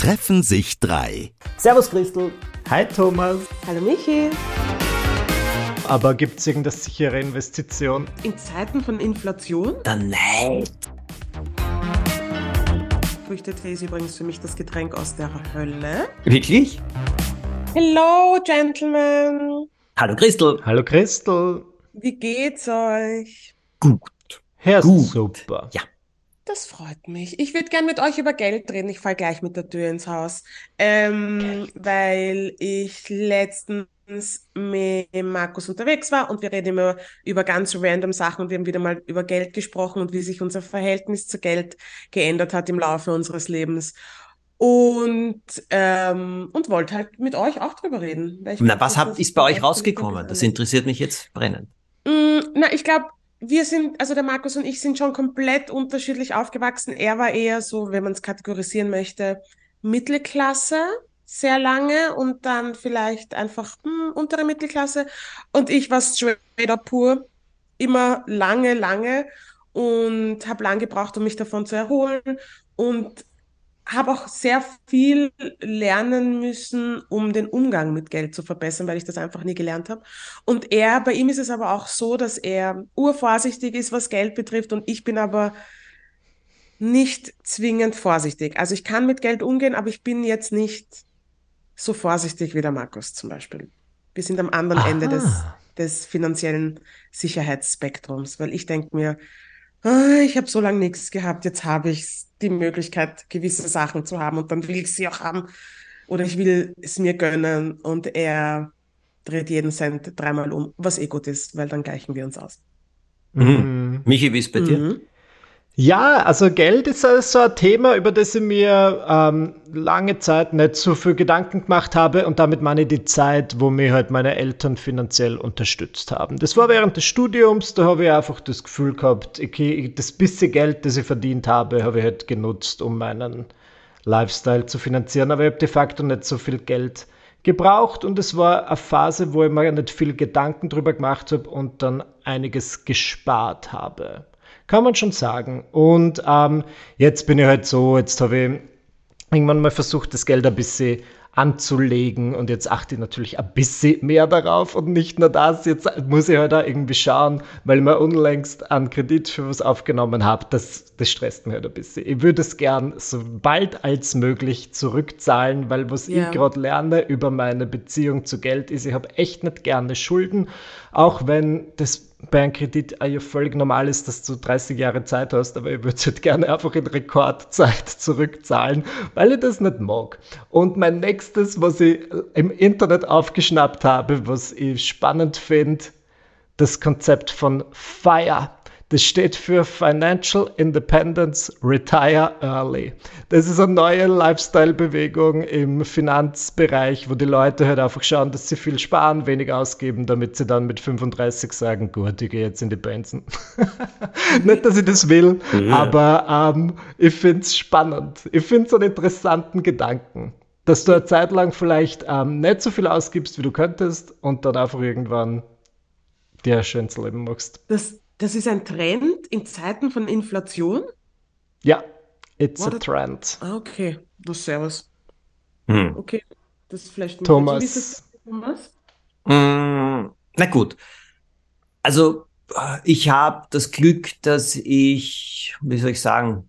Treffen sich drei. Servus Christel. Hi Thomas. Hallo Michi. Aber gibt es irgendeine sichere Investition? In Zeiten von Inflation? Der Neid. Früchtetee ist übrigens für mich das Getränk aus der Hölle. Wirklich? Hello, Gentlemen. Hallo Christel. Hallo Christel. Wie geht's euch? Gut. Herr Gut. Super. Ja. Das freut mich. Ich würde gern mit euch über Geld reden. Ich falle gleich mit der Tür ins Haus. Weil ich letztens mit Markus unterwegs war und wir reden immer über ganz random Sachen und wir haben wieder mal über Geld gesprochen und wie sich unser Verhältnis zu Geld geändert hat im Laufe unseres Lebens. Und wollte halt mit euch auch drüber reden. Weil ich Na, glaub, was das ist bei euch vielleicht rausgekommen? Das interessiert mich jetzt brennend. Na, ich glaube, also der Markus und ich sind schon komplett unterschiedlich aufgewachsen. Er war eher so, wenn man es kategorisieren möchte, Mittelklasse, sehr lange und dann vielleicht einfach untere Mittelklasse. Und ich war straight up pur, immer lange und habe lang gebraucht, um mich davon zu erholen und habe auch sehr viel lernen müssen, um den Umgang mit Geld zu verbessern, weil ich das einfach nie gelernt habe. Und bei ihm ist es aber auch so, dass er urvorsichtig ist, was Geld betrifft, und ich bin aber nicht zwingend vorsichtig. Also ich kann mit Geld umgehen, aber ich bin jetzt nicht so vorsichtig wie der Markus zum Beispiel. Wir sind am anderen Ende des finanziellen Sicherheitsspektrums, weil ich denke mir, ich habe so lange nichts gehabt, jetzt habe ich die Möglichkeit, gewisse Sachen zu haben und dann will ich sie auch haben oder ich will es mir gönnen, und er dreht jeden Cent dreimal um, was eh gut ist, weil dann gleichen wir uns aus. Michi, wie ist bei dir? Ja, also Geld ist so ein Thema, über das ich mir lange Zeit nicht so viel Gedanken gemacht habe, und damit meine ich die Zeit, wo mir halt meine Eltern finanziell unterstützt haben. Das war während des Studiums, da habe ich einfach das Gefühl gehabt, okay, das bisschen Geld, das ich verdient habe ich halt genutzt, um meinen Lifestyle zu finanzieren, aber ich habe de facto nicht so viel Geld gebraucht, und es war eine Phase, wo ich mir nicht viel Gedanken drüber gemacht habe und dann einiges gespart habe. Kann man schon sagen. Und jetzt bin ich halt so, jetzt habe ich irgendwann mal versucht, das Geld ein bisschen anzulegen, und jetzt achte ich natürlich ein bisschen mehr darauf und nicht nur das. Jetzt muss ich halt auch irgendwie schauen, weil ich mir unlängst einen Kredit für was aufgenommen habe. Das stresst mich halt ein bisschen. Ich würde es gern so bald als möglich zurückzahlen, weil was ich gerade lerne über meine Beziehung zu Geld ist, ich habe echt nicht gerne Schulden, auch wenn das bei einem Kredit ja völlig normal ist, dass du 30 Jahre Zeit hast, aber ich würde es halt gerne einfach in Rekordzeit zurückzahlen, weil ich das nicht mag. Und mein nächstes, was ich im Internet aufgeschnappt habe, was ich spannend finde, das Konzept von FIRE. Das steht für Financial Independence Retire Early. Das ist eine neue Lifestyle-Bewegung im Finanzbereich, wo die Leute halt einfach schauen, dass sie viel sparen, wenig ausgeben, damit sie dann mit 35 sagen, gut, ich gehe jetzt in die Pension. Nicht, dass ich das will, aber ich finde es spannend. Ich finde es einen interessanten Gedanken, dass du eine Zeit lang vielleicht nicht so viel ausgibst, wie du könntest, und dann einfach irgendwann dir ein schönes Leben machst. Das ist ein Trend in Zeiten von Inflation? Ja, it's a trend. Okay, servus. Okay, das flasht mich. Thomas. Wie ist das, Thomas? Na gut. Also, ich habe das Glück, dass ich, wie soll ich sagen,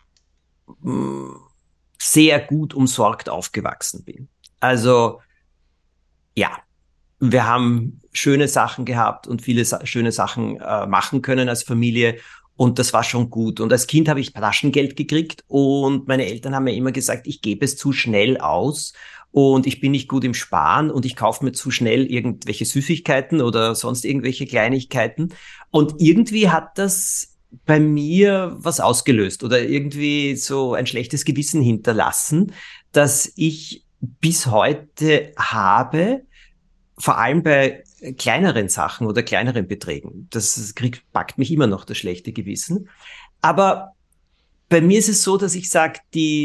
sehr gut umsorgt aufgewachsen bin. Also, ja, wir haben schöne Sachen gehabt und viele schöne Sachen machen können als Familie, und das war schon gut. Und als Kind habe ich Taschengeld gekriegt, und meine Eltern haben mir immer gesagt, ich gebe es zu schnell aus und ich bin nicht gut im Sparen und ich kaufe mir zu schnell irgendwelche Süßigkeiten oder sonst irgendwelche Kleinigkeiten. Und irgendwie hat das bei mir was ausgelöst oder irgendwie so ein schlechtes Gewissen hinterlassen, dass ich bis heute habe, vor allem bei kleineren Sachen oder kleineren Beträgen. Das packt mich immer noch das schlechte Gewissen. Aber bei mir ist es so, dass ich sage,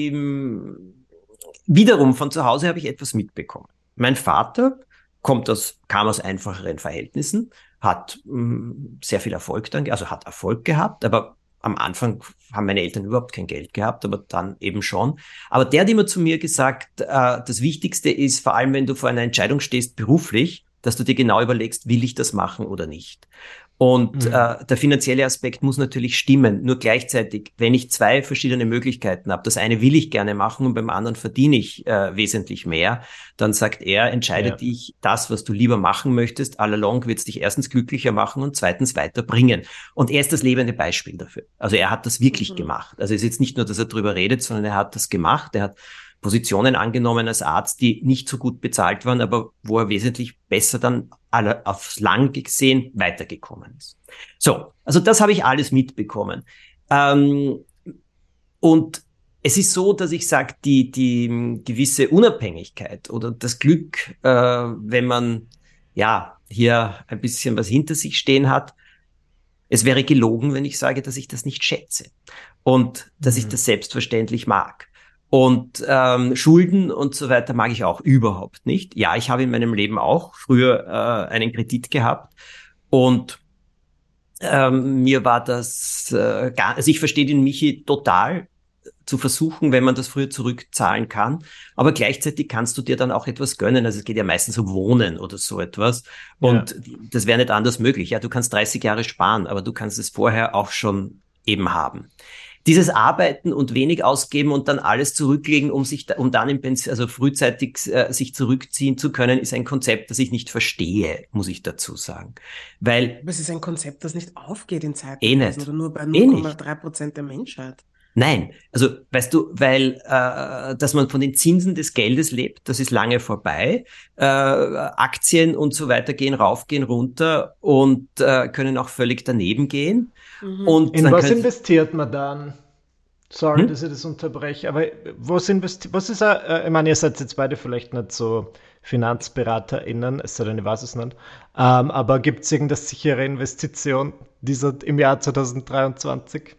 wiederum von zu Hause habe ich etwas mitbekommen. Mein Vater kam aus einfacheren Verhältnissen, hat sehr viel Erfolg hat Erfolg gehabt, aber am Anfang haben meine Eltern überhaupt kein Geld gehabt, aber dann eben schon. Aber der hat immer zu mir gesagt, das Wichtigste ist, vor allem wenn du vor einer Entscheidung stehst beruflich, dass du dir genau überlegst, will ich das machen oder nicht. Und der finanzielle Aspekt muss natürlich stimmen. Nur gleichzeitig, wenn ich zwei verschiedene Möglichkeiten habe, das eine will ich gerne machen und beim anderen verdiene ich wesentlich mehr, dann sagt er, entscheide dich das, was du lieber machen möchtest. All along wird es dich erstens glücklicher machen und zweitens weiterbringen. Und er ist das lebende Beispiel dafür. Also er hat das wirklich gemacht. Also es ist jetzt nicht nur, dass er drüber redet, sondern er hat das gemacht. Er hat Positionen angenommen als Arzt, die nicht so gut bezahlt waren, aber wo er wesentlich besser dann aufs Lang gesehen weitergekommen ist. So, also das habe ich alles mitbekommen. Und es ist so, dass ich sage, die gewisse Unabhängigkeit oder das Glück, wenn man ja hier ein bisschen was hinter sich stehen hat, es wäre gelogen, wenn ich sage, dass ich das nicht schätze und dass ich das selbstverständlich mag. Und Schulden und so weiter mag ich auch überhaupt nicht. Ja, ich habe in meinem Leben auch früher einen Kredit gehabt und mir war das also ich verstehe den Michi total zu versuchen, wenn man das früher zurückzahlen kann. Aber gleichzeitig kannst du dir dann auch etwas gönnen. Also es geht ja meistens um Wohnen oder so etwas. Und das wäre nicht anders möglich. Ja, du kannst 30 Jahre sparen, aber du kannst es vorher auch schon eben haben. Dieses Arbeiten und wenig ausgeben und dann alles zurücklegen, um dann also frühzeitig sich zurückziehen zu können, ist ein Konzept, das ich nicht verstehe, muss ich dazu sagen. Weil Aber es ist ein Konzept, das nicht aufgeht in nicht. Zeitpreisen oder nur bei 0,3% der Menschheit. Nein, also weißt du, weil dass man von den Zinsen des Geldes lebt, das ist lange vorbei. Aktien und so weiter gehen rauf, gehen runter und können auch völlig daneben gehen. Und In dann was investiert man dann? Sorry, dass ich das unterbreche, aber was ist, ich meine, ihr seid jetzt beide vielleicht nicht so FinanzberaterInnen, es sei denn, ich weiß es nicht, aber gibt es irgendeine sichere Investition im Jahr 2023?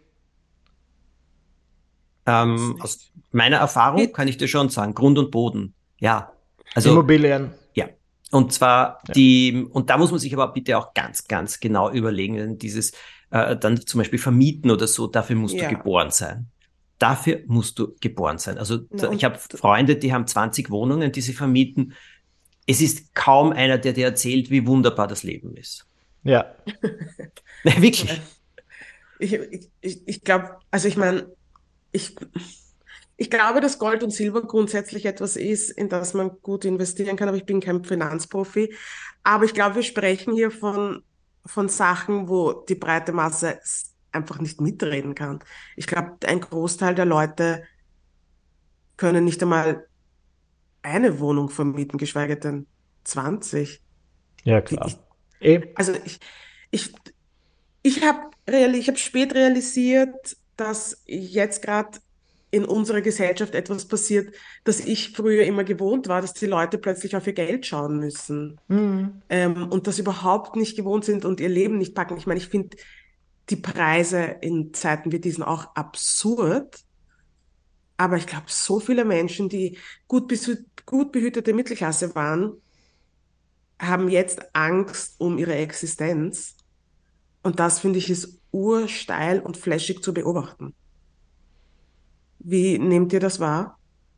aus meiner Erfahrung kann ich dir schon sagen, Grund und Boden. Ja, also Immobilien. ja. Und zwar und da muss man sich aber bitte auch ganz, ganz genau überlegen, dieses dann zum Beispiel vermieten oder so, dafür musst du geboren sein. Dafür musst du geboren sein. Also ich habe Freunde, die haben 20 Wohnungen, die sie vermieten. Es ist kaum einer, der dir erzählt, wie wunderbar das Leben ist. Ja. Wirklich. Ich glaube, also ich meine, ich glaube, dass Gold und Silber grundsätzlich etwas ist, in das man gut investieren kann, aber ich bin kein Finanzprofi. Aber ich glaube, wir sprechen hier von Sachen, wo die breite Masse einfach nicht mitreden kann. Ich glaube, ein Großteil der Leute können nicht einmal eine Wohnung vermieten, geschweige denn 20. Ja, klar. Also ich, ich hab spät realisiert, dass jetzt gerade in unserer Gesellschaft etwas passiert, dass ich früher immer gewohnt war, dass die Leute plötzlich auf ihr Geld schauen müssen und das überhaupt nicht gewohnt sind und ihr Leben nicht packen. Ich meine, ich finde die Preise in Zeiten wie diesen auch absurd, aber ich glaube, so viele Menschen, die gut behütete Mittelklasse waren, haben jetzt Angst um ihre Existenz. Und das finde ich ist ursteil und flashig zu beobachten. Wie nehmt ihr das wahr?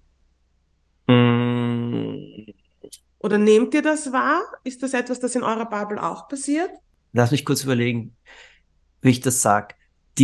Mm, Oder nehmt ihr das wahr? Ist das etwas, das in eurer Bubble auch passiert? Lass mich kurz überlegen, wie ich das sage.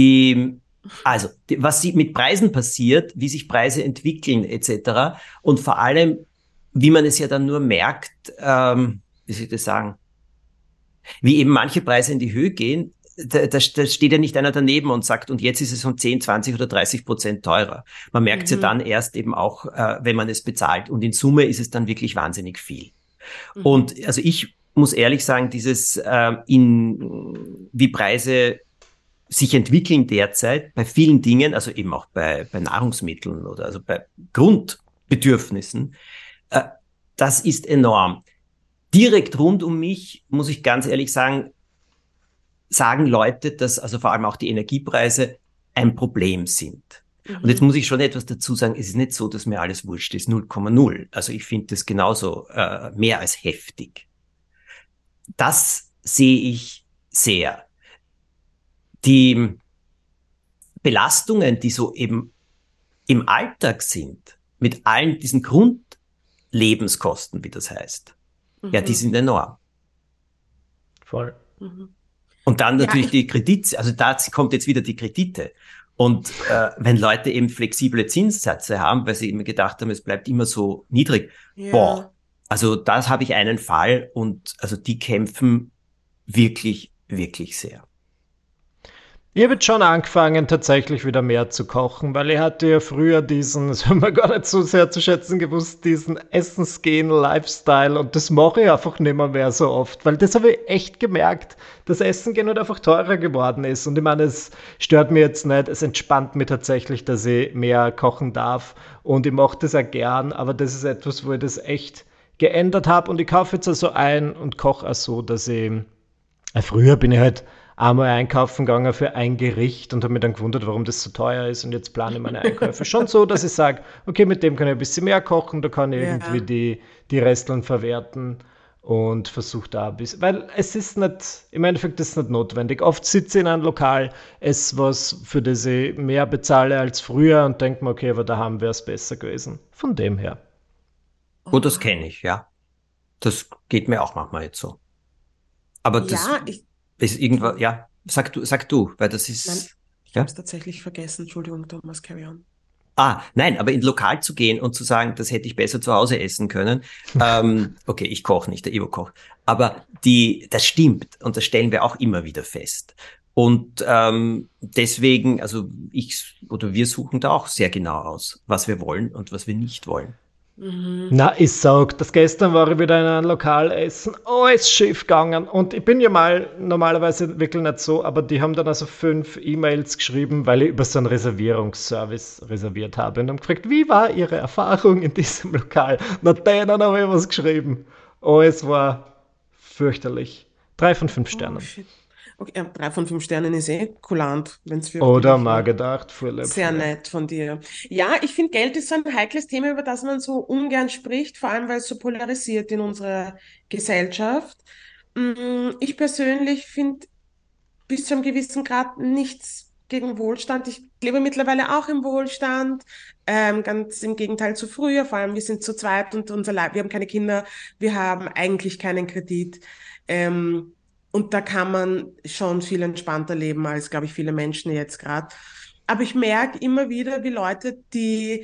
Was mit Preisen passiert, wie sich Preise entwickeln etc. Und vor allem, wie man es ja dann nur merkt, wie soll ich das sagen, wie eben manche Preise in die Höhe gehen, da steht ja nicht einer daneben und sagt, und jetzt ist es um 10, 20 oder 30% teurer. Man merkt es ja dann erst eben auch, wenn man es bezahlt. Und in Summe ist es dann wirklich wahnsinnig viel. Und also ich muss ehrlich sagen, wie Preise sich entwickeln derzeit bei vielen Dingen, also eben auch bei Nahrungsmitteln oder also bei Grundbedürfnissen, das ist enorm. Direkt rund um mich, muss ich ganz ehrlich sagen Leute, dass also vor allem auch die Energiepreise ein Problem sind. Und jetzt muss ich schon etwas dazu sagen, es ist nicht so, dass mir alles wurscht ist, 0,0. Also ich finde das genauso mehr als heftig. Das sehe ich sehr. Belastungen, die so eben im Alltag sind, mit allen diesen Grundlebenskosten, wie das heißt, ja, die sind enorm. Voll. Und dann Ja, natürlich die Kredite, also da kommt jetzt wieder die Kredite. Und wenn Leute eben flexible Zinssätze haben, weil sie eben gedacht haben, es bleibt immer so niedrig, ja. also das habe ich einen Fall und also die kämpfen wirklich, wirklich sehr. Ich habe jetzt schon angefangen, tatsächlich wieder mehr zu kochen, weil ich hatte ja früher diesen, das haben wir gar nicht so sehr zu schätzen gewusst, diesen Essensgehen-Lifestyle und das mache ich einfach nicht mehr so oft, weil das habe ich echt gemerkt, dass Essen gehen halt einfach teurer geworden ist und ich meine, es stört mich jetzt nicht, es entspannt mich tatsächlich, dass ich mehr kochen darf und ich mache das auch gern, aber das ist etwas, wo ich das echt geändert habe und ich kaufe jetzt also ein und koche auch so, dass ich früher bin ich halt einmal einkaufen gegangen für ein Gericht und habe mich dann gewundert, warum das so teuer ist. Und jetzt plane ich meine Einkäufe schon so, dass ich sage, okay, mit dem kann ich ein bisschen mehr kochen, da kann ich irgendwie Ja. die Resteln verwerten und versuche da ein bisschen. Weil es ist nicht, im Endeffekt ist es nicht notwendig. Oft sitze ich in einem Lokal, esse was, für das ich mehr bezahle als früher und denke mir, okay, aber daheim wäre es besser gewesen. Von dem her. Gut, das kenne ich, ja. Das geht mir auch manchmal jetzt so. Aber das Ja, ist irgendwas, ja, sag du, weil das nein, ist, ich habe ja. es tatsächlich vergessen. Entschuldigung, Thomas, carry on. Nein, aber ins Lokal zu gehen und zu sagen, das hätte ich besser zu Hause essen können. Okay, ich koche nicht, der Ivo kocht. Aber das stimmt und das stellen wir auch immer wieder fest. Und deswegen, also wir suchen da auch sehr genau aus, was wir wollen und was wir nicht wollen. Na, ich sag, das gestern war ich wieder in einem Lokal essen, alles schief gegangen und ich bin ja mal normalerweise wirklich nicht so, aber die haben dann also 5 E-Mails geschrieben, weil ich über so einen Reservierungsservice reserviert habe und haben gefragt, wie war Ihre Erfahrung in diesem Lokal? Na, denen habe ich was geschrieben. Oh, es war fürchterlich. 3 von 5 Oh, Sternen. shit. Okay, 3 von 5 Sternen ist kulant, wenn es Oder wirklich mal gedacht, voll lieb sehr von mir. nett von dir. Ja, ich finde, Geld ist so ein heikles Thema, über das man so ungern spricht, vor allem weil es so polarisiert in unserer Gesellschaft. Ich persönlich finde bis zu einem gewissen Grad nichts gegen Wohlstand. Ich lebe mittlerweile auch im Wohlstand, ganz im Gegenteil zu früher. Vor allem, wir sind zu zweit und wir haben keine Kinder, wir haben eigentlich keinen Kredit. Ähm, und da kann man schon viel entspannter leben als, glaube ich, viele Menschen jetzt gerade. Aber ich merke immer wieder, wie Leute, die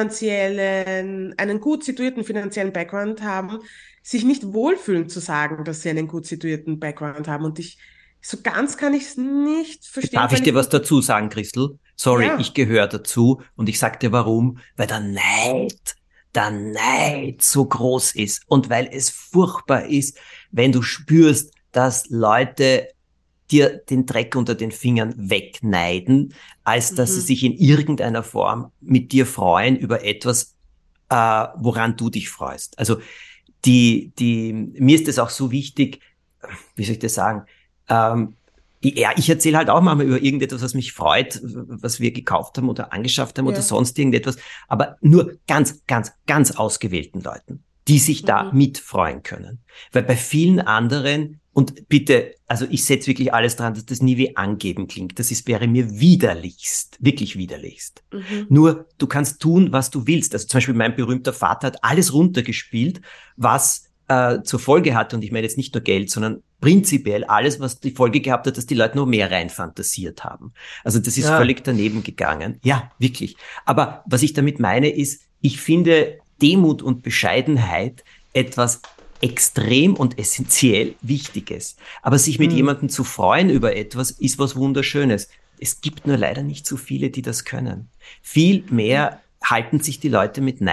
einen gut situierten finanziellen Background haben, sich nicht wohlfühlen zu sagen, dass sie einen gut situierten Background haben. Und so ganz kann ich es nicht verstehen, Darf vor ich allem dir was dazu sagen, Christel? Sorry, ich ja. gehöre dazu und ich sag dir warum, weil der Neid so groß ist und weil es furchtbar ist, wenn du spürst, dass Leute dir den Dreck unter den Fingern wegneiden, als dass sie Mhm. sich in irgendeiner Form mit dir freuen über etwas, woran du dich freust. Also mir ist es auch so wichtig, wie soll ich das sagen? Ähm, ja, ich erzähle halt auch manchmal über irgendetwas, was mich freut, was wir gekauft haben oder angeschafft haben oder Ja. sonst irgendetwas, aber nur ganz, ganz, ganz ausgewählten Leuten, die sich da Mhm. mitfreuen können. Weil bei vielen anderen, und bitte, also ich setze wirklich alles dran, dass das nie wie angeben klingt. Wäre mir widerlichst, wirklich widerlichst. Mhm. Nur, du kannst tun, was du willst. Also zum Beispiel mein berühmter Vater hat alles runtergespielt, was zur Folge hatte, und ich meine jetzt nicht nur Geld, sondern prinzipiell alles, was die Folge gehabt hat, dass die Leute noch mehr rein fantasiert haben. Also das ist Ja, völlig daneben gegangen. Ja, wirklich. Aber was ich damit meine ist, ich finde Demut und Bescheidenheit etwas extrem und essentiell Wichtiges. Aber sich mit jemandem zu freuen über etwas ist was Wunderschönes. Es gibt nur leider nicht so viele, die das können. Viel mehr halten sich die Leute mit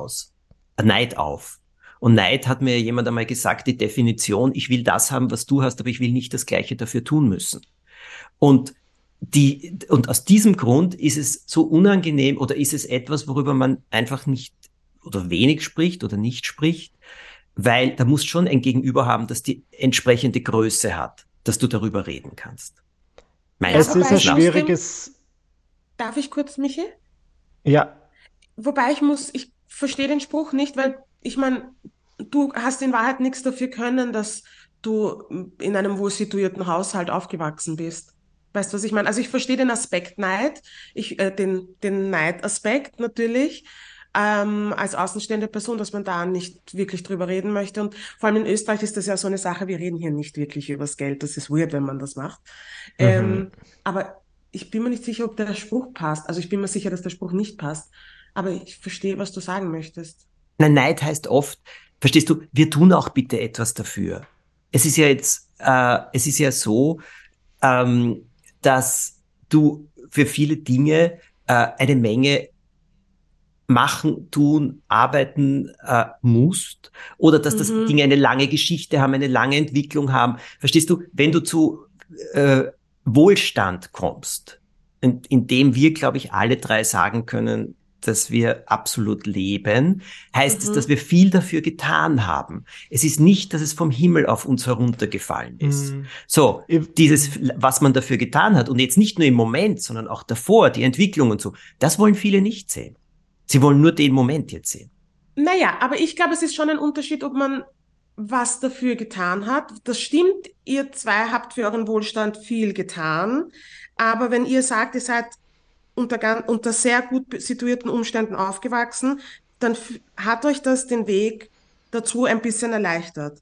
Neid auf. Und Neid hat mir jemand einmal gesagt, die Definition, ich will das haben, was du hast, aber ich will nicht das Gleiche dafür tun müssen. Und und aus diesem Grund ist es so unangenehm oder ist es etwas, worüber man einfach nicht oder wenig spricht oder nicht spricht, weil da muss schon ein Gegenüber haben, das die entsprechende Größe hat, dass du darüber reden kannst. Ja, Meines es ist wobei ein Erachtens ich nach. muss dem, schwieriges, darf ich kurz, Michi? ja, Wobei ich verstehe den Spruch nicht, weil ich meine, du hast in Wahrheit nichts dafür können, dass du in einem wohl situierten Haushalt aufgewachsen bist. Weißt du, was ich meine? Also ich verstehe den Aspekt Neid, den Neidaspekt natürlich, als außenstehende Person, dass man da nicht wirklich drüber reden möchte. Und vor allem in Österreich ist das ja so eine Sache, wir reden hier nicht wirklich über das Geld. Das ist weird, wenn man das macht. Mhm. Aber ich bin mir nicht sicher, ob der Spruch passt. Also ich bin mir sicher, dass der Spruch nicht passt. Aber ich verstehe, was du sagen möchtest. Nein, Neid heißt oft, verstehst du, wir tun auch bitte etwas dafür. Es ist ja so, dass du für viele Dinge eine Menge machen, tun, arbeiten musst oder dass das Mhm, Dinge eine lange Geschichte haben, eine lange Entwicklung haben. Verstehst du, wenn du zu äh, Wohlstand kommst, in dem wir, glaube ich, alle drei sagen können, dass wir absolut leben, heißt es, dass mhm, wir viel dafür getan haben. Es ist nicht, dass es vom Himmel auf uns heruntergefallen ist. Mhm. So, dieses, Mhm. was man dafür getan hat und jetzt nicht nur im Moment, sondern auch davor, die Entwicklung und so, das wollen viele nicht sehen. Sie wollen nur den Moment jetzt sehen. Naja, aber ich glaube, es ist schon ein Unterschied, ob man was dafür getan hat. Das stimmt, ihr zwei habt für euren Wohlstand viel getan. Aber wenn ihr sagt, ihr seid unter sehr gut situierten Umständen aufgewachsen, dann hat euch das den Weg dazu ein bisschen erleichtert.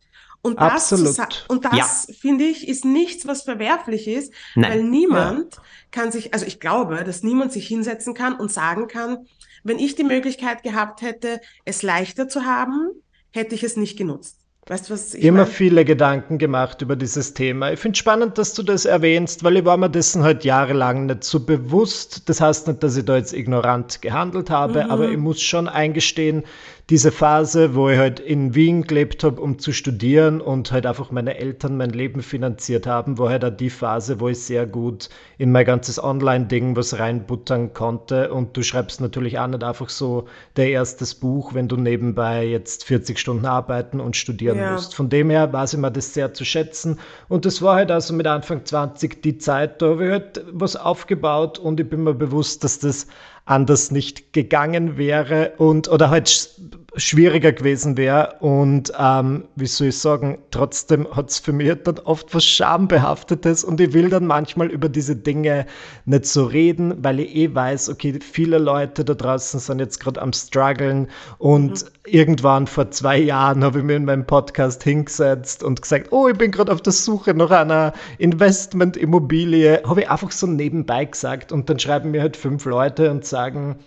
Absolut. Und Ja, das, finde ich, ist nichts, was verwerflich ist, weil nein. Ja. niemand kann sich, also ich glaube, dass niemand sich hinsetzen kann und sagen kann, wenn ich die Möglichkeit gehabt hätte, es leichter zu haben, hätte ich es nicht genutzt. Weißt du, was ich Immer meine? viele Gedanken gemacht über dieses Thema. Ich finde es spannend, dass du das erwähnst, weil ich war mir dessen halt jahrelang nicht so bewusst. Das heißt nicht, dass ich da jetzt ignorant gehandelt habe, aber ich Mhm, muss schon eingestehen, diese Phase, wo ich halt in Wien gelebt habe, um zu studieren und halt einfach meine Eltern mein Leben finanziert haben, war halt auch die Phase, wo ich sehr gut in mein ganzes Online-Ding was reinbuttern konnte. Und du schreibst natürlich auch nicht einfach so dein erstes Buch, wenn du nebenbei jetzt 40 Stunden arbeiten und studieren ja. musst. Von dem her weiß ich mir das sehr zu schätzen. Und das war halt also mit Anfang 20 die Zeit, da habe ich halt was aufgebaut und ich bin mir bewusst, dass das anders nicht gegangen wäre und oder halt schwieriger gewesen wäre. Und wie soll ich sagen, trotzdem hat es für mich dann oft was Schambehaftetes und ich will dann manchmal über diese Dinge nicht so reden, weil ich eh weiß, okay, viele Leute da draußen sind jetzt gerade am struggeln und Mhm. irgendwann vor 2 Jahren habe ich mir in meinem Podcast hingesetzt und gesagt, oh, ich bin gerade auf der Suche nach einer Investmentimmobilie, habe ich einfach so nebenbei gesagt und dann schreiben mir halt 5 Leute und sagen,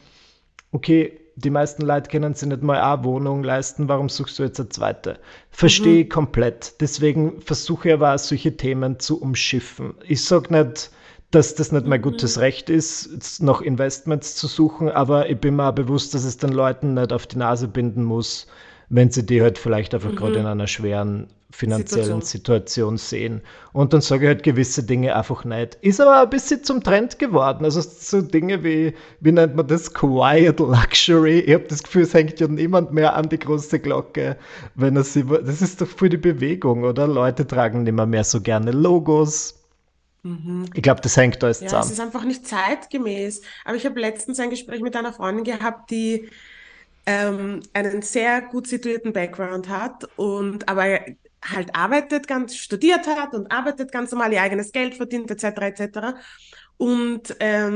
okay, die meisten Leute können sich nicht mal eine Wohnung leisten, warum suchst du jetzt eine zweite? Verstehe ich Mhm. komplett. Deswegen versuche ich aber auch solche Themen zu umschiffen. Ich sage nicht, dass das nicht mein gutes Mhm. Recht ist, noch Investments zu suchen, aber ich bin mir auch bewusst, dass es den Leuten nicht auf die Nase binden muss, wenn sie die halt vielleicht einfach gerade in Mhm. einer schweren finanziellen Situation. Situation sehen. Und dann sage ich halt gewisse Dinge einfach nicht. Ist aber ein bisschen zum Trend geworden. Also so Dinge wie nennt man das? Quiet Luxury. Ich habe das Gefühl, es hängt ja niemand mehr an die große Glocke, wenn er sie. Das ist doch für die Bewegung, oder? Leute tragen nicht mehr so gerne Logos. Mhm. Ich glaube, das hängt alles Ja, es zusammen. ist einfach nicht zeitgemäß. Aber ich habe letztens ein Gespräch mit einer Freundin gehabt, die einen sehr gut situierten Background hat und aber halt studiert hat und arbeitet ganz normal, ihr eigenes Geld verdient, etc., etc. Und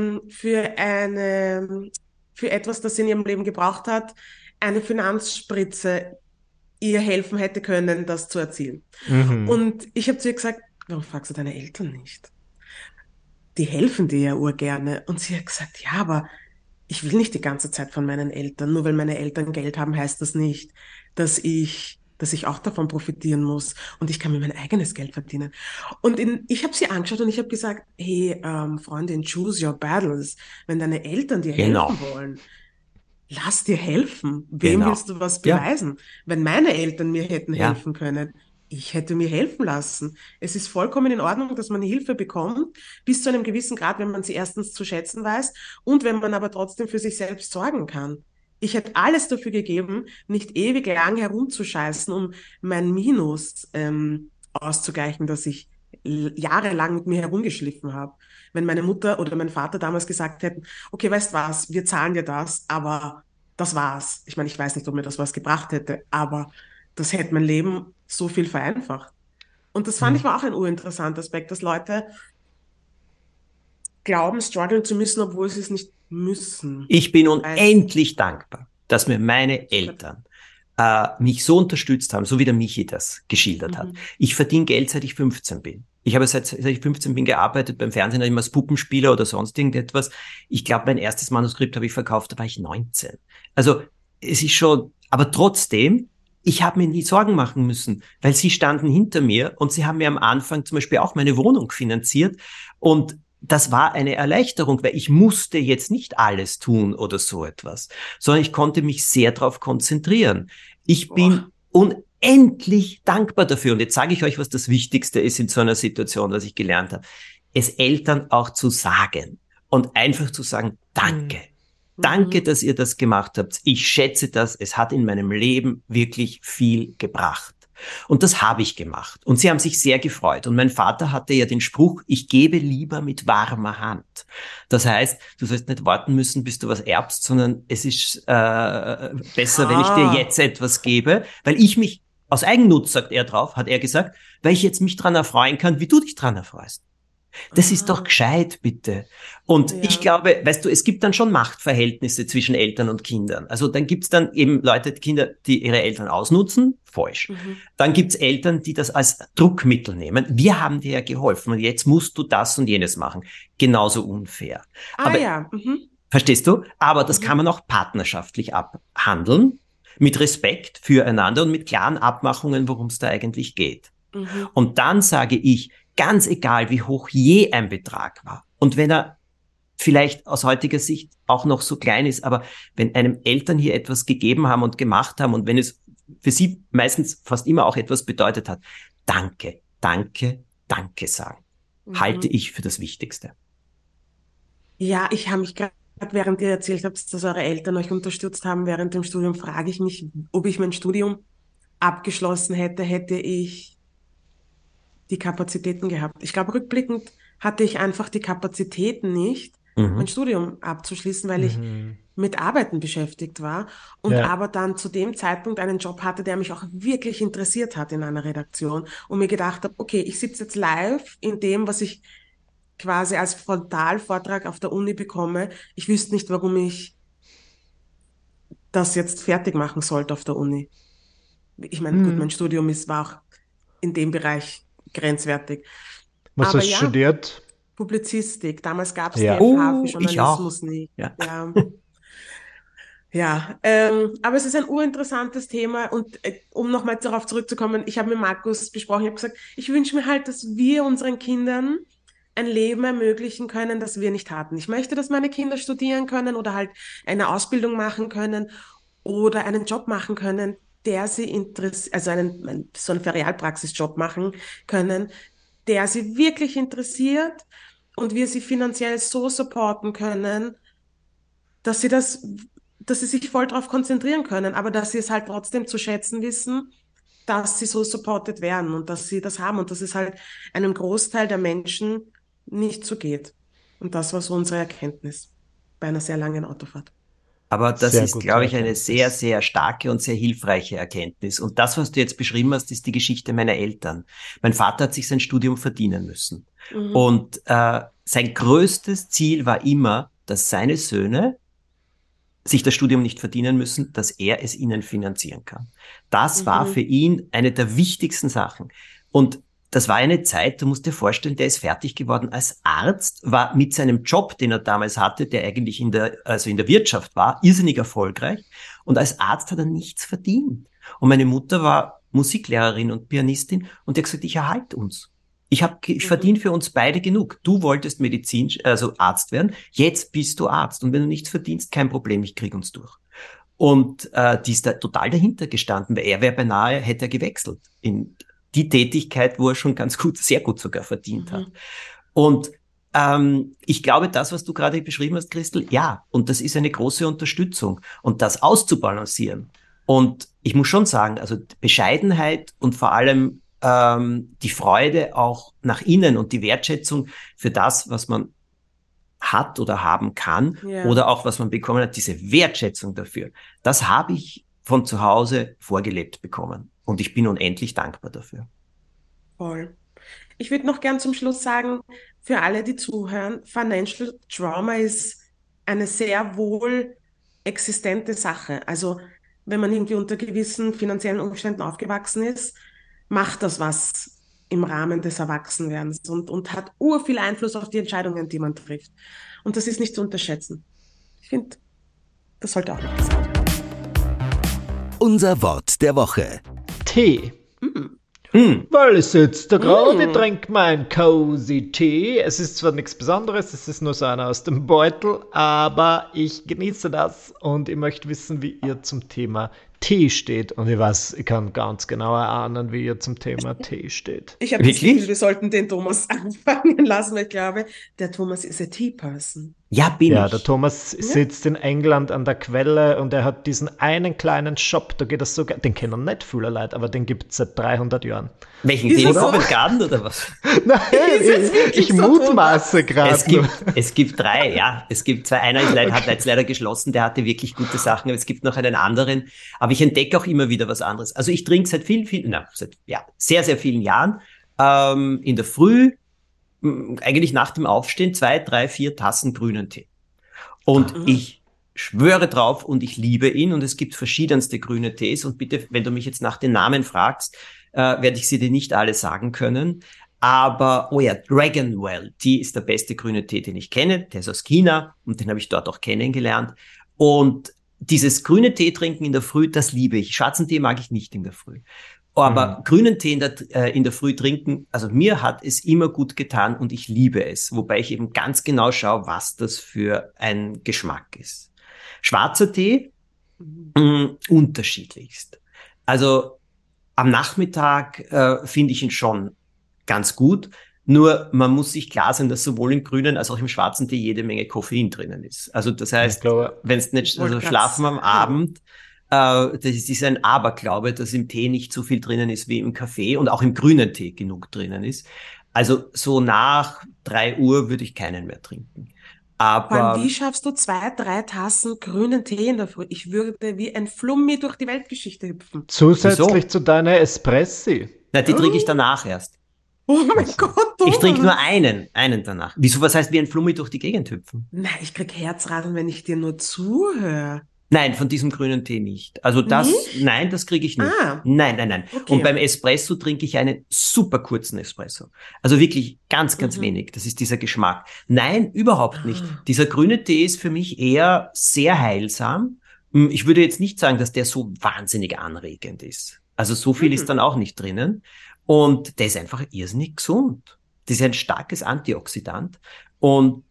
für etwas, das sie in ihrem Leben gebraucht hat, eine Finanzspritze ihr helfen hätte können, das zu erzielen. Mhm. Und ich habe zu ihr gesagt, warum fragst du deine Eltern nicht? Die helfen dir ja urgerne. Und sie hat gesagt, ja, aber ich will nicht die ganze Zeit von meinen Eltern. Nur weil meine Eltern Geld haben, heißt das nicht, dass ich auch davon profitieren muss. Und ich kann mir mein eigenes Geld verdienen. Ich habe sie angeschaut und ich habe gesagt, hey, Freundin, choose your battles. Wenn deine Eltern dir Genau, helfen wollen, lass dir helfen. Wem genau. willst du was Ja, beweisen? Wenn meine Eltern mir hätten ja. helfen können, ich hätte mir helfen lassen. Es ist vollkommen in Ordnung, dass man Hilfe bekommt, bis zu einem gewissen Grad, wenn man sie erstens zu schätzen weiß und wenn man aber trotzdem für sich selbst sorgen kann. Ich hätte alles dafür gegeben, nicht ewig lang herumzuscheißen, um mein Minus auszugleichen, das ich jahrelang mit mir herumgeschliffen habe. Wenn meine Mutter oder mein Vater damals gesagt hätten, okay, weißt was, wir zahlen dir das, aber das war's. Ich meine, ich weiß nicht, ob mir das was gebracht hätte, aber das hätte mein Leben so viel vereinfacht. Und das fand ich Mhm. war auch ein urinteressanter Aspekt, dass Leute glauben, strugglen zu müssen, obwohl sie es nicht müssen. Ich bin Weißt, unendlich dankbar, dass mir meine Eltern mich so unterstützt haben, so wie der Michi das geschildert hat. Ich verdiene Geld, seit ich 15 bin. Ich habe seit ich 15 bin gearbeitet beim Fernsehen, immer als Puppenspieler oder sonst irgendetwas. Ich glaube, mein erstes Manuskript habe ich verkauft, da war ich 19. Also es ist schon, aber trotzdem, ich habe mir nie Sorgen machen müssen, weil sie standen hinter mir und sie haben mir am Anfang zum Beispiel auch meine Wohnung finanziert und das war eine Erleichterung, weil ich musste jetzt nicht alles tun oder so etwas, sondern ich konnte mich sehr darauf konzentrieren. Ich bin unendlich dankbar dafür. Und jetzt sage ich euch, was das Wichtigste ist in so einer Situation, was ich gelernt habe. Es Eltern auch zu sagen und einfach zu sagen, danke. Danke, dass ihr das gemacht habt. Ich schätze das. Es hat in meinem Leben wirklich viel gebracht. Und das habe ich gemacht. Und sie haben sich sehr gefreut. Und mein Vater hatte ja den Spruch, ich gebe lieber mit warmer Hand. Das heißt, du sollst nicht warten müssen, bis du was erbst, sondern es ist besser, wenn ich dir jetzt etwas gebe, weil ich mich aus Eigennutz, sagt er drauf, hat er gesagt, weil ich jetzt mich dran erfreuen kann, wie du dich dran erfreust. Das ist doch gescheit, bitte. Und ich glaube, weißt du, es gibt dann schon Machtverhältnisse zwischen Eltern und Kindern. Also dann gibt's dann eben Leute, Kinder, die ihre Eltern ausnutzen, falsch. Dann gibt's Eltern, die das als Druckmittel nehmen. Wir haben dir ja geholfen und jetzt musst du das und jenes machen. Genauso unfair. Aber, verstehst du? Aber das kann man auch partnerschaftlich abhandeln, mit Respekt füreinander und mit klaren Abmachungen, worum es da eigentlich geht. Und dann sage ich, ganz egal, wie hoch je ein Betrag war. Und wenn er vielleicht aus heutiger Sicht auch noch so klein ist, aber wenn einem Eltern hier etwas gegeben haben und gemacht haben und wenn es für sie meistens fast immer auch etwas bedeutet hat, danke, danke, danke sagen, halte ich für das Wichtigste. Ja, ich habe mich gerade, während ihr erzählt habt, dass eure Eltern euch unterstützt haben während dem Studium, frage ich mich, ob ich mein Studium abgeschlossen hätte, hätte ich die Kapazitäten gehabt. Ich glaube, rückblickend hatte ich einfach die Kapazitäten nicht, mein Studium abzuschließen, weil ich mit Arbeiten beschäftigt war und aber dann zu dem Zeitpunkt einen Job hatte, der mich auch wirklich interessiert hat in einer Redaktion und mir gedacht habe, okay, ich sitze jetzt live in dem, was ich quasi als Frontalvortrag auf der Uni bekomme. Ich wüsste nicht, warum ich das jetzt fertig machen sollte auf der Uni. Ich meine, gut, mein Studium war auch in dem Bereich grenzwertig. Was Aber hast du ja, studiert? Publizistik. Damals gab es die Ja. FH für Ich auch. Journalismus nicht. Ja. Ja, ja. Aber es ist ein urinteressantes Thema und um nochmal darauf zurückzukommen, ich habe mit Markus besprochen, ich habe gesagt, ich wünsche mir halt, dass wir unseren Kindern ein Leben ermöglichen können, das wir nicht hatten. Ich möchte, dass meine Kinder studieren können oder halt eine Ausbildung machen können oder einen Job machen können, der sie interessiert, also so einen Ferialpraxisjob machen können, der sie wirklich interessiert und wir sie finanziell so supporten können, dass dass sie sich voll darauf konzentrieren können, aber dass sie es halt trotzdem zu schätzen wissen, dass sie so supported werden und dass sie das haben und dass es halt einem Großteil der Menschen nicht so geht. Und das war so unsere Erkenntnis bei einer sehr langen Autofahrt. Aber das Sehr ist, gute glaube ich, eine sehr, Erkenntnis. sehr starke und sehr hilfreiche Erkenntnis. Und das, was du jetzt beschrieben hast, ist die Geschichte meiner Eltern. Mein Vater hat sich sein Studium verdienen müssen. Und sein größtes Ziel war immer, dass seine Söhne sich das Studium nicht verdienen müssen, dass er es ihnen finanzieren kann. Das war für ihn eine der wichtigsten Sachen. Und das war eine Zeit, du musst dir vorstellen, der ist fertig geworden als Arzt, war mit seinem Job, den er damals hatte, der eigentlich also in der Wirtschaft war, irrsinnig erfolgreich. Und als Arzt hat er nichts verdient. Und meine Mutter war Musiklehrerin und Pianistin und die hat gesagt, ich erhalte uns. Ich verdiene für uns beide genug. Du wolltest also Arzt werden. Jetzt bist du Arzt. Und wenn du nichts verdienst, kein Problem, ich krieg uns durch. Und die ist da total dahinter gestanden, weil er wäre beinahe, hätte er gewechselt in die Tätigkeit, wo er schon ganz gut, sehr gut sogar verdient hat. Und ich glaube, das, was du gerade beschrieben hast, Christel, ja, und das ist eine große Unterstützung. Und das auszubalancieren. Und ich muss schon sagen, also Bescheidenheit und vor allem die Freude auch nach innen und die Wertschätzung für das, was man hat oder haben kann oder auch was man bekommen hat, diese Wertschätzung dafür, das habe ich von zu Hause vorgelebt bekommen. Und ich bin unendlich dankbar dafür. Voll. Ich würde noch gern zum Schluss sagen, für alle, die zuhören, Financial Trauma ist eine sehr wohl existente Sache. Also wenn man irgendwie unter gewissen finanziellen Umständen aufgewachsen ist, macht das was im Rahmen des Erwachsenwerdens und hat urviel Einfluss auf die Entscheidungen, die man trifft. Und das ist nicht zu unterschätzen. Ich finde, das sollte auch noch gesagt werden. Unser Wort der Woche. Tee. Weil ich sitze da gerade, trinke meinen Cozy Tee. Es ist zwar nichts Besonderes, es ist nur so einer aus dem Beutel, aber ich genieße das und ich möchte wissen, wie ihr zum Thema Tee steht. Und ich weiß, ich kann ganz genau erahnen, wie ihr zum Thema Tee steht. Ich habe das Gefühl, wir sollten den Thomas anfangen lassen, weil ich glaube, der Thomas ist a Tea-Person. Ja, bin ich. Ja, der Thomas sitzt in England an der Quelle und er hat diesen einen kleinen Shop, da geht das sogar, den kennen nicht viele Leute, aber den gibt es seit 300 Jahren. Welchen? Den in Covent Garden oder was? Nein, ich mutmaße gerade. Es gibt 3, ja. Es gibt 2. Einer hat jetzt leider geschlossen, der hatte wirklich gute Sachen, aber es gibt noch einen anderen. Aber ich entdecke auch immer wieder was anderes. Also ich trinke seit sehr, sehr vielen Jahren in der Früh, eigentlich nach dem Aufstehen 2, 3, 4 Tassen grünen Tee. Und ich schwöre drauf und ich liebe ihn und es gibt verschiedenste grüne Tees und bitte, wenn du mich jetzt nach den Namen fragst, werde ich sie dir nicht alle sagen können. Aber, Dragonwell Tea ist der beste grüne Tee, den ich kenne. Der ist aus China und den habe ich dort auch kennengelernt. Und dieses grüne Tee trinken in der Früh, das liebe ich. Schwarzen Tee mag ich nicht in der Früh. Aber grünen Tee in der Früh trinken, also mir hat es immer gut getan und ich liebe es. Wobei ich eben ganz genau schaue, was das für ein Geschmack ist. Schwarzer Tee, unterschiedlichst. Also am Nachmittag finde ich ihn schon ganz gut. Nur man muss sich klar sein, dass sowohl im grünen als auch im schwarzen Tee jede Menge Koffein drinnen ist. Also das heißt, wenn es nicht, also schlafen am Abend, das ist ein Aberglaube, dass im Tee nicht so viel drinnen ist wie im Kaffee und auch im grünen Tee genug drinnen ist. Also so nach 3 Uhr würde ich keinen mehr trinken. Aber wie schaffst du 2, 3 Tassen grünen Tee in der Früh? Ich würde wie ein Flummi durch die Weltgeschichte hüpfen. Zusätzlich zu deiner Espressi. Na, die trinke ich danach erst. Oh mein Gott, Thomas. Ich trinke nur einen danach. Wieso, was heißt wie ein Flummi durch die Gegend hüpfen? Nein, ich krieg Herzrasen, wenn ich dir nur zuhöre. Nein, von diesem grünen Tee nicht. Also nein, das kriege ich nicht. Nein. Okay. Und beim Espresso trinke ich einen super kurzen Espresso. Also wirklich ganz, ganz wenig. Das ist dieser Geschmack. Nein, überhaupt nicht. Dieser grüne Tee ist für mich eher sehr heilsam. Ich würde jetzt nicht sagen, dass der so wahnsinnig anregend ist. Also so viel ist dann auch nicht drinnen. Und der ist einfach irrsinnig gesund. Das ist ein starkes Antioxidant. Und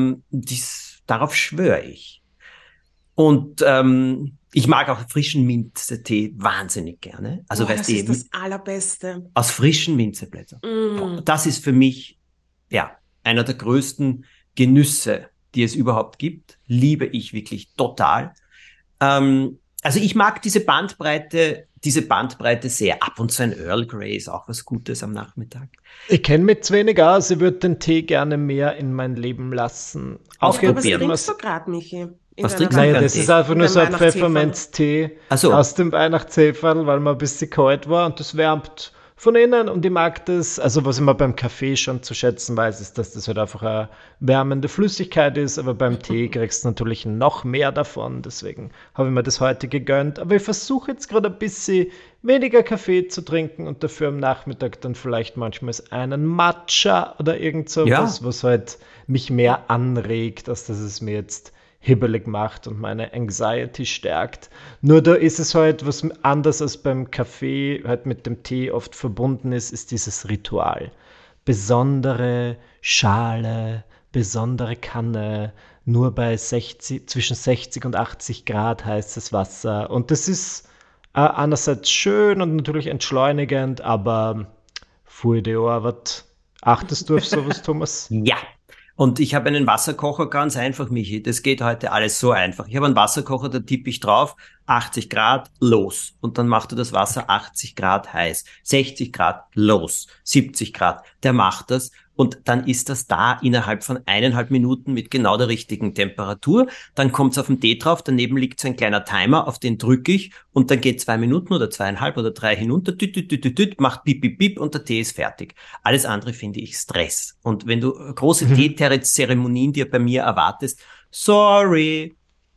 darauf schwöre ich. Und ich mag auch frischen Minztee wahnsinnig gerne. Also das ist das Allerbeste. Aus frischen Minzeblättern. Das ist für mich einer der größten Genüsse, die es überhaupt gibt. Liebe ich wirklich total. Also ich mag diese Bandbreite sehr. Ab und zu ein Earl Grey ist auch was Gutes am Nachmittag. Ich kenne mich zu wenig aus, ich würde den Tee gerne mehr in mein Leben lassen. Ausprobieren. Was trinkst du gerade, Michi? Was trinkst du? Naja, das ist einfach nur so ein Pfefferminztee aus dem Weihnachtsheferl, weil man ein bisschen kalt war und das wärmt von innen und ich mag das, also was ich mir beim Kaffee schon zu schätzen weiß, ist, dass das halt einfach eine wärmende Flüssigkeit ist, aber beim Tee kriegst du natürlich noch mehr davon, deswegen habe ich mir das heute gegönnt, aber ich versuche jetzt gerade ein bisschen weniger Kaffee zu trinken und dafür am Nachmittag dann vielleicht manchmal einen Matcha oder irgend sowas, was halt mich mehr anregt, als dass es mir jetzt hibbelig macht und meine Anxiety stärkt. Nur da ist es halt, was anders als beim Kaffee halt mit dem Tee oft verbunden ist dieses Ritual. Besondere Schale, besondere Kanne, nur bei zwischen 60 und 80 Grad heißes Wasser. Und das ist einerseits schön und natürlich entschleunigend, aber pfui die Ohr, was achtest du auf sowas, Thomas? Ja. Und ich habe einen Wasserkocher, ganz einfach, Michi. Das geht heute alles so einfach. Ich habe einen Wasserkocher, da tippe ich drauf, 80 Grad, los. Und dann macht er das Wasser 80 Grad heiß. 60 Grad, los. 70 Grad, der macht das. und dann ist das da innerhalb von 1,5 Minuten mit genau der richtigen Temperatur. Dann kommt es auf den Tee drauf, daneben liegt so ein kleiner Timer, auf den drücke ich und dann geht 2 Minuten oder 2,5 oder 3 hinunter, macht bip, bip, bip und der Tee ist fertig. Alles andere finde ich Stress. Und wenn du große Teezeremonien dir bei mir erwartest, sorry,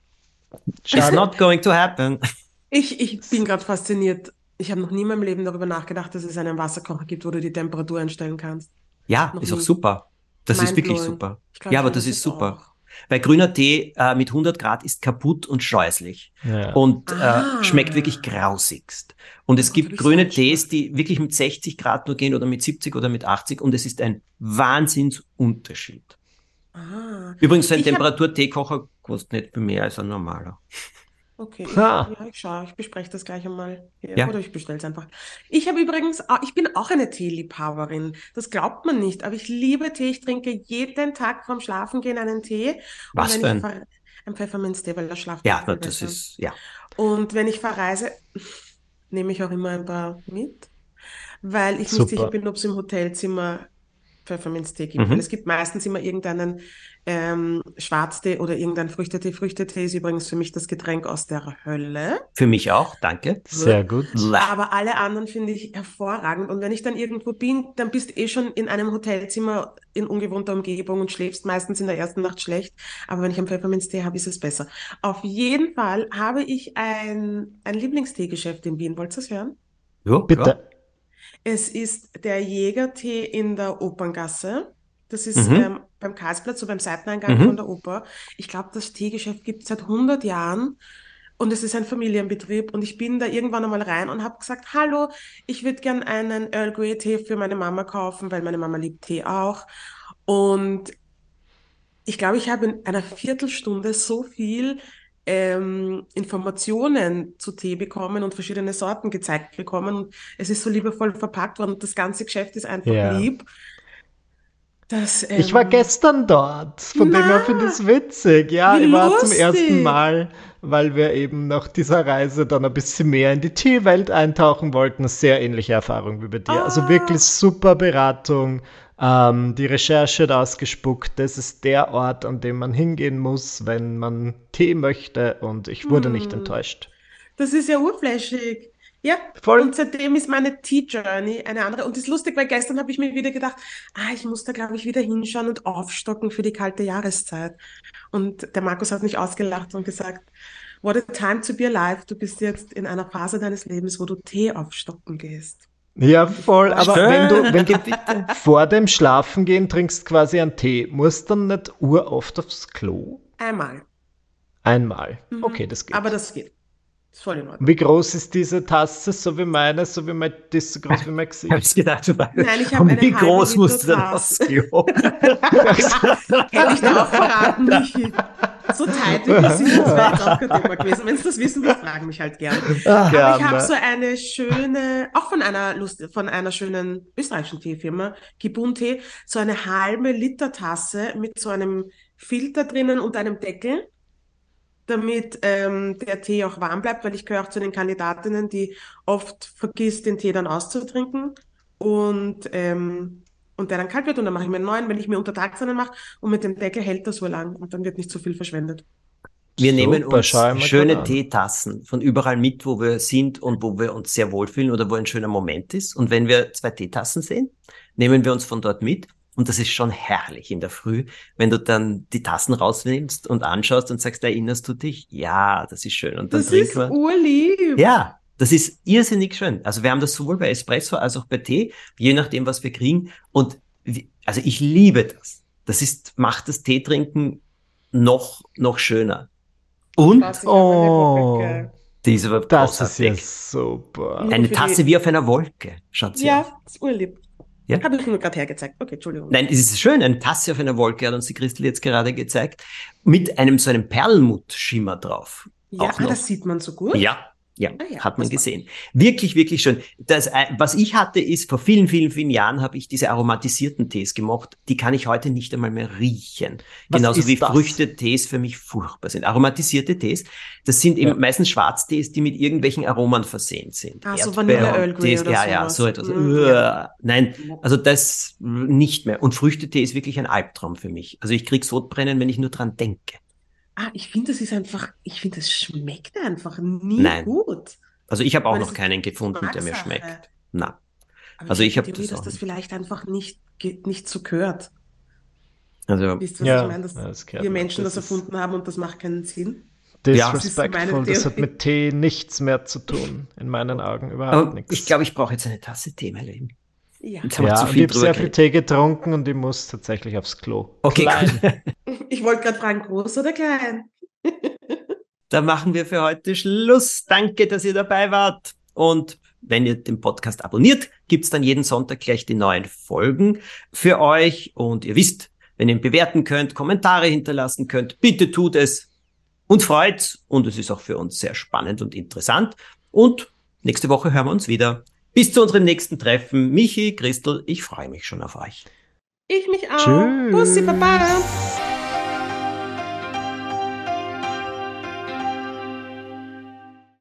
it's not going to happen. Ich bin gerade fasziniert. Ich habe noch nie in meinem Leben darüber nachgedacht, dass es einen Wasserkocher gibt, wo du die Temperatur einstellen kannst. Ja, Noch ist auch nie. super. Das ist wirklich Mindblowing. super. Ich glaube Ja, aber schon, das dass ist es super. auch. Weil grüner Tee mit 100 Grad ist kaputt und scheußlich Ja. und Ah. schmeckt wirklich grausigst. Und es Gott, gibt hab ich grüne Salz Tees, gemacht. die wirklich mit 60 Grad nur gehen oder mit 70 oder mit 80 und es ist ein Wahnsinnsunterschied. Ah. Übrigens, so ein Ich habe Temperaturteekocher kostet nicht viel mehr als ein normaler. Okay, Ha. ich schaue, ich bespreche das gleich einmal hier. Ja. Oder ich bestelle es einfach. Ich habe übrigens, ich bin auch eine Teeliebhaberin. Das glaubt man nicht, aber ich liebe Tee. Ich trinke jeden Tag vorm Schlafengehen einen Tee. Und Was wenn für ich ein? ein Pfefferminztee, weil das schlaft Ja, man viel das besser. ist, ja. Und wenn ich verreise, nehme ich auch immer ein paar mit, weil ich nicht sicher Super. bin, ob es im Hotelzimmer Pfefferminztee gibt, weil es Mhm. gibt meistens immer irgendeinen Schwarztee oder irgendein Früchtetee. Früchtetee ist übrigens für mich das Getränk aus der Hölle. Für mich auch, danke. Sehr gut. Blah. Aber alle anderen finde ich hervorragend. Und wenn ich dann irgendwo bin, dann bist du eh schon in einem Hotelzimmer in ungewohnter Umgebung und schläfst meistens in der ersten Nacht schlecht. Aber wenn ich einen Pfefferminztee habe, ist es besser. Auf jeden Fall habe ich ein Lieblingsteegeschäft in Wien. Wollt ihr es hören? Ja, klar. Bitte. Es ist der Jägertee in der Operngasse. Das ist Mhm. beim Karlsplatz, so beim Seiteneingang von Mhm. der Oper. Ich glaube, das Teegeschäft gibt es seit 100 Jahren und es ist ein Familienbetrieb. Und ich bin da irgendwann einmal rein und habe gesagt, hallo, ich würde gern einen Earl Grey Tee für meine Mama kaufen, weil meine Mama liebt Tee auch. Und ich glaube, ich habe in einer Viertelstunde so viel Informationen zu Tee bekommen und verschiedene Sorten gezeigt bekommen. Und es ist so liebevoll verpackt worden und das ganze Geschäft ist einfach Ja. lieb. Dass, Ich war gestern dort, von dem her finde ich na, es witzig. Ja, wie ich war zum ersten lustig. Mal, weil wir eben nach dieser Reise dann ein bisschen mehr in die Teewelt eintauchen wollten. Eine sehr ähnliche Erfahrung wie bei dir. Also wirklich Ah, super Beratung. Die Recherche hat ausgespuckt. Das ist der Ort, an dem man hingehen muss, wenn man Tee möchte. Und ich wurde nicht hm. enttäuscht. Das ist ja urflächig. Ja, Voll. und seitdem ist meine Tea Journey eine andere. Und das ist lustig, weil gestern habe ich mir wieder gedacht, ich muss da, glaube ich, wieder hinschauen und aufstocken für die kalte Jahreszeit. Und der Markus hat mich ausgelacht und gesagt, what a time to be alive. Du bist jetzt in einer Phase deines Lebens, wo du Tee aufstocken gehst. Ja, Und ich voll. freue Aber mich. wenn du Bitte. vor dem Schlafengehen trinkst quasi einen Tee, musst dann nicht uroft aufs Klo? Einmal. Einmal. Okay, Mhm. das Aber geht. das geht. Ist voll in Ordnung. Wie groß ist diese Tasse? So wie meine, so wie mein, die ist so groß wie mein Ich habe Gesicht. gedacht, du weißt, Nein, ich habe und wie eine halbe groß musst Liter du dann aufs Tasse. Klo? Hätte ich dir auch verraten, Michi. So tight wie wir sind, das wäre jetzt auch kein Thema gewesen. Wenn Sie das wissen, wir fragen mich halt gern. Ah, Aber ich habe Gerne. so eine schöne, auch von einer schönen österreichischen Teefirma, Gibun Tee, so eine halbe Liter Tasse mit so einem Filter drinnen und einem Deckel, damit der Tee auch warm bleibt, weil ich gehöre auch zu den Kandidatinnen, die oft vergisst, den Tee dann auszutrinken und der dann kalt wird und dann mache ich mir einen neuen, wenn ich mir untertags einen mache und mit dem Deckel hält das so lang und dann wird nicht so viel verschwendet. Wir nehmen Super, schau uns ich mal schöne gerade an. Teetassen von überall mit, wo wir sind und wo wir uns sehr wohlfühlen oder wo ein schöner Moment ist. Und wenn wir 2 Teetassen sehen, nehmen wir uns von dort mit. Und das ist schon herrlich in der Früh, wenn du dann die Tassen rausnimmst und anschaust und sagst, erinnerst du dich? Ja, das ist schön. Und dann Das trinken ist wir. urlieb. Ja, das ist irrsinnig schön. Also wir haben das sowohl bei Espresso als auch bei Tee, je nachdem, was wir kriegen. Und also ich liebe das. Macht das Teetrinken noch schöner. Und Schatz, ich habe eine Oh, Wolke. die ist aber das ist ja großartig. super. Nur Eine für Tasse die. wie auf einer Wolke, schaut sie aus. Ja, ist urlieb. Ja? Habe ich nur gerade hergezeigt. Okay, Entschuldigung. Nein, es ist schön, eine Tasse auf einer Wolke hat uns die Christel jetzt gerade gezeigt, mit so einem Perlmuttschimmer drauf. Ja, Auch noch. das sieht man so gut. Ja, Ja, ja, hat man das war- gesehen. Wirklich, wirklich schön. Was ich hatte, ist, vor vielen, vielen, vielen Jahren habe ich diese aromatisierten Tees gemocht. Die kann ich heute nicht einmal mehr riechen. Was Genauso ist wie das? Früchtetees für mich furchtbar sind. Aromatisierte Tees, das sind eben Ja. meistens Schwarztees, die mit irgendwelchen Aromen versehen sind. Ah, so Erdbeer Vanille und Earl Grey Tees, oder ja, sowas. so etwas. Ja. Nein, also das nicht mehr. Und Früchtetee ist wirklich ein Albtraum für mich. Also ich krieg Sodbrennen, wenn ich nur dran denke. Ich finde, es schmeckt einfach nie Nein. gut. Also ich habe auch Aber noch das ist keinen gefunden, der mir Geschmackssache. schmeckt. Na. Aber Also ich ich habe habe die Theorie, das dass auch das nicht. vielleicht einfach nicht so gehört. Also Wisst ihr, was Ja, ich meine? Dass das gehört wir nicht. Menschen das Das ist erfunden haben und das macht keinen Sinn. Ja. Das ist so meine Disrespectful, das hat Theorie. mit Tee nichts mehr zu tun, in meinen Augen, überhaupt aber nichts. ich glaube, ich brauche jetzt eine Tasse Tee, mein Lieben. Ja. Jetzt haben wir Ja, zu und viel ich habe drüber sehr viel geredet. Tee getrunken und ich muss tatsächlich aufs Klo. Okay, Klein. gut. Ich wollte gerade fragen, groß oder klein? Dann machen wir für heute Schluss. Danke, dass ihr dabei wart. Und wenn ihr den Podcast abonniert, gibt's dann jeden Sonntag gleich die neuen Folgen für euch. Und ihr wisst, wenn ihr ihn bewerten könnt, Kommentare hinterlassen könnt, bitte tut es. Uns freut's und es ist auch für uns sehr spannend und interessant. Und nächste Woche hören wir uns wieder. Bis zu unserem nächsten Treffen. Michi, Christel, ich freue mich schon auf euch. Ich mich auch. Tschüss. Bussi, Baba.